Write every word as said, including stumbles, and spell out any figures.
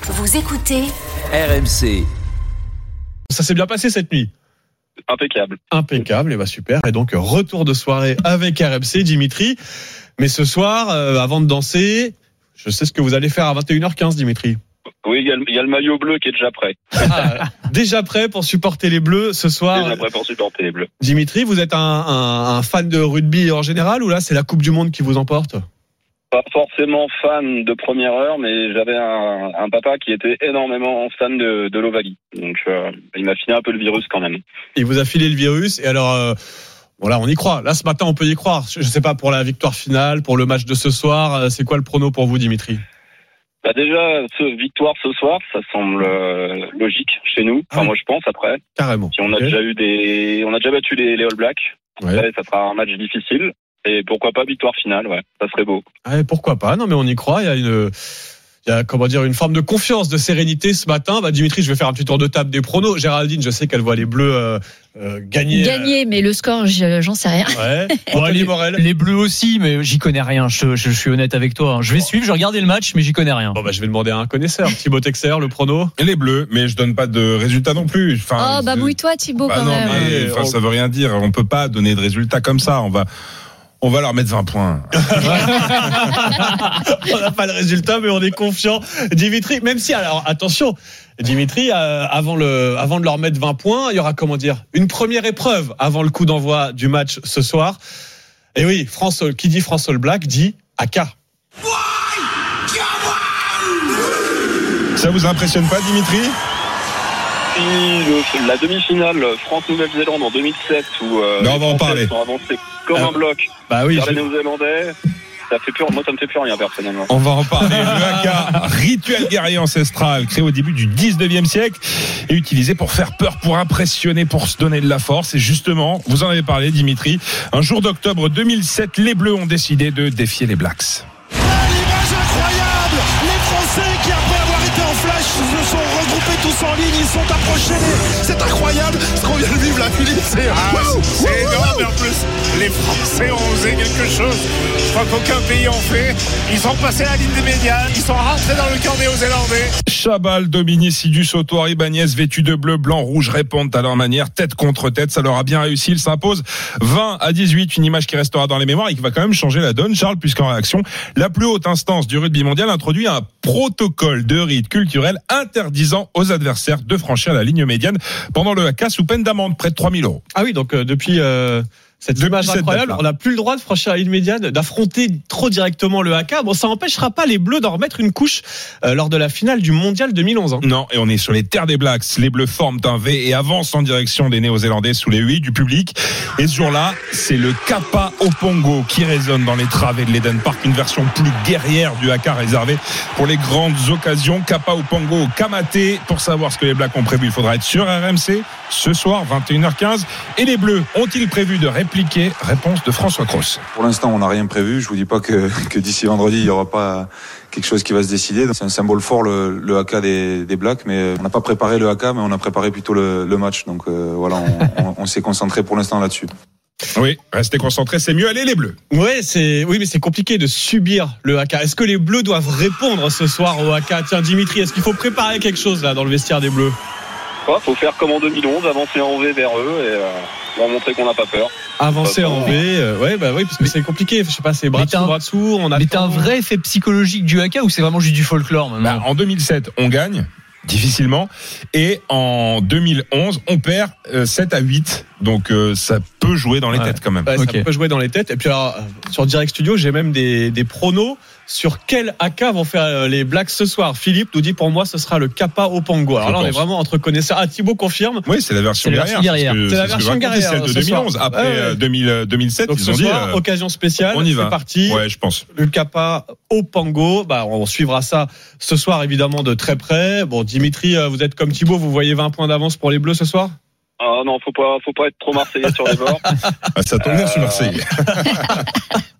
Vous écoutez R M C. Ça s'est bien passé cette nuit. Impeccable. Impeccable, et bah super. Et donc retour de soirée avec R M C, Dimitri. Mais ce soir, euh, avant de danser, je sais ce que vous allez faire à vingt et une heures quinze, Dimitri. Oui, il y, a le, il y a le maillot bleu qui est déjà prêt. Ah, déjà prêt pour supporter les Bleus ce soir. Déjà prêt pour supporter les Bleus. Dimitri, vous êtes un, un, un fan de rugby en général ou là c'est la Coupe du Monde qui vous emporte ? Pas forcément fan de première heure, mais j'avais un, un papa qui était énormément fan de, de l'Ovalie. Donc euh, il m'a filé un peu le virus quand même. Il vous a filé le virus et alors... Euh, Voilà, on y croit. Là, ce matin, on peut y croire. Je ne sais pas pour la victoire finale, pour le match de ce soir. C'est quoi le prono pour vous, Dimitri ? Bah déjà, ce victoire ce soir, ça semble euh, logique chez nous. Enfin, ah oui. moi, je pense après. Carrément. Si on a okay. déjà eu des, on a déjà battu les, les All Blacks. Ouais. Après, ça sera un match difficile. Et pourquoi pas victoire finale, ouais, ça serait beau. Ah, pourquoi pas ? Non, mais on y croit. Il y a une. Il y a, comment dire, une forme de confiance, de sérénité ce matin. Bah, Dimitri, je vais faire un petit tour de table des pronos. Géraldine, je sais qu'elle voit les Bleus euh, euh, gagner. Gagner, euh... mais le score, j'en sais rien. Ouais. Bon, les, les Bleus aussi, mais j'y connais rien. Je, je, je suis honnête avec toi. Je vais bon. suivre, je vais regarder le match, mais j'y connais rien. Bon, bah, je vais demander à un connaisseur. Thibaut Texer, le prono. Les Bleus, mais je donne pas de résultat non plus. Enfin, oh, bah, mouille-toi, Thibaut, bah, quand non, même. mais, enfin, ça veut rien dire. On peut pas donner de résultats comme ça. On va. On va leur mettre vingt points. On n'a pas le résultat, mais on est confiant. Dimitri, même si, alors attention, Dimitri, euh, avant, le, avant de leur mettre vingt points, il y aura, comment dire, une première épreuve avant le coup d'envoi du match ce soir. Et oui, France, qui dit France All Black dit A K. Ça vous impressionne pas, Dimitri ? Le, la demi-finale France-Nouvelle-Zélande en deux mille sept où euh, non, les on va en Français parler. sont avancés comme ah, un bloc bah oui, vers je... les Néo-Zélandais, ça fait plus, moi ça me fait plus rien personnellement. On va en parler. Le A K, rituel guerrier ancestral créé au début du dix-neuvième siècle et utilisé pour faire peur, pour impressionner, pour se donner de la force. Et justement, vous en avez parlé, Dimitri, un jour d'octobre deux mille sept, les Bleus ont décidé de défier les Blacks. Ah, l'image incroyable, les Français qui après avoir été en flash se sont regroupés tous en ligne, ils sont approchés, c'est incroyable ce qu'on vient de vivre là, Philippe, c'est, ah, c'est, c'est énorme. Et en plus les Français ont osé quelque chose, je crois qu'aucun pays en fait. Ils sont passés à la ligne des médias, ils sont rentrés dans le camp néo-zélandais. Chabal, Domini, Sidus, Soto, Ibanez, vêtus de bleu, blanc, rouge, répondent à leur manière, tête contre tête, ça leur a bien réussi, ils s'imposent vingt à dix-huit, une image qui restera dans les mémoires et qui va quand même changer la donne, Charles, puisqu'en réaction, la plus haute instance du rugby mondial introduit un protocole de rite culturel interdisant aux adversaires de franchir la ligne médiane pendant le A K sous peine d'amende, près de trois mille euros. Ah oui, donc euh, depuis... Euh... Cette depuis image incroyable, on n'a plus le droit de franchir la ligne médiane, d'affronter trop directement le A K. Bon, ça n'empêchera pas les Bleus d'en remettre une couche euh, lors de la finale du Mondial deux mille onze. Hein. Non, et on est sur les terres des Blacks. Les Bleus forment un V et avancent en direction des Néo-Zélandais sous les huées du public. Et ce jour-là, c'est le Kappa Opongo qui résonne dans les travées de l'Eden Park, une version plus guerrière du A K réservée pour les grandes occasions. Kappa Opongo Kamaté. Pour savoir ce que les Blacks ont prévu, il faudra être sur R M C ce soir, vingt et une heures quinze. Et les Bleus ont-ils prévu de répliquer ? Réponse de François Cros. Pour l'instant, on n'a rien prévu. Je vous dis pas que, que d'ici vendredi, il y aura pas quelque chose qui va se décider. C'est un symbole fort, le, le A K des, des Blacks, mais on n'a pas préparé le A K, mais on a préparé plutôt le, le match. Donc euh, voilà, on, on, on s'est concentré pour l'instant là-dessus. Oui, restez concentrés, c'est mieux. Allez les Bleus. Ouais, c'est oui, mais c'est compliqué de subir le A K. Est-ce que les Bleus doivent répondre ce soir au A K ? Tiens, Dimitri, est-ce qu'il faut préparer quelque chose là dans le vestiaire des Bleus ? Il faut faire comme en deux mille onze, avancer en V vers eux et euh, leur montrer qu'on n'a pas peur. Avancer en V, euh, ouais, bah oui, parce que mais, c'est compliqué. Je sais pas, c'est bras dessous, bras dessous. On a. Mais t'as un vrai effet psychologique du A K ou c'est vraiment juste du folklore maintenant ? Bah, en deux mille sept, on gagne. Difficilement. Et en deux mille onze, on perd euh, sept à huit. Donc euh, ça peut jouer dans les ouais. têtes quand même. Ouais, okay. Ça peut jouer dans les têtes. Et puis alors, sur Direct Studio, j'ai même des, des pronos sur quel A K vont faire les Blacks ce soir. Philippe nous dit, pour moi, ce sera le Kappa Opongo. Alors Je là, pense. On est vraiment entre connaisseurs. Ah, Thibaut confirme. Oui, c'est la version c'est guerrière. guerrière. C'est, c'est la version guerrière. C'est celle de deux mille onze. Après ouais, ouais. deux mille, deux mille sept, donc ils ce ont soir, dit. Euh, occasion spéciale. On y va. C'est parti. Ouais, je pense. Le Kappa Opongo. Bah, on suivra ça ce soir, évidemment, de très près. Bon, Dimitri, vous êtes comme Thibaut, vous voyez vingt points d'avance pour les Bleus ce soir? Ah non, faut pas, faut pas être trop marseillais sur les bords. Ah, ça tombe bien, je suis marseillais.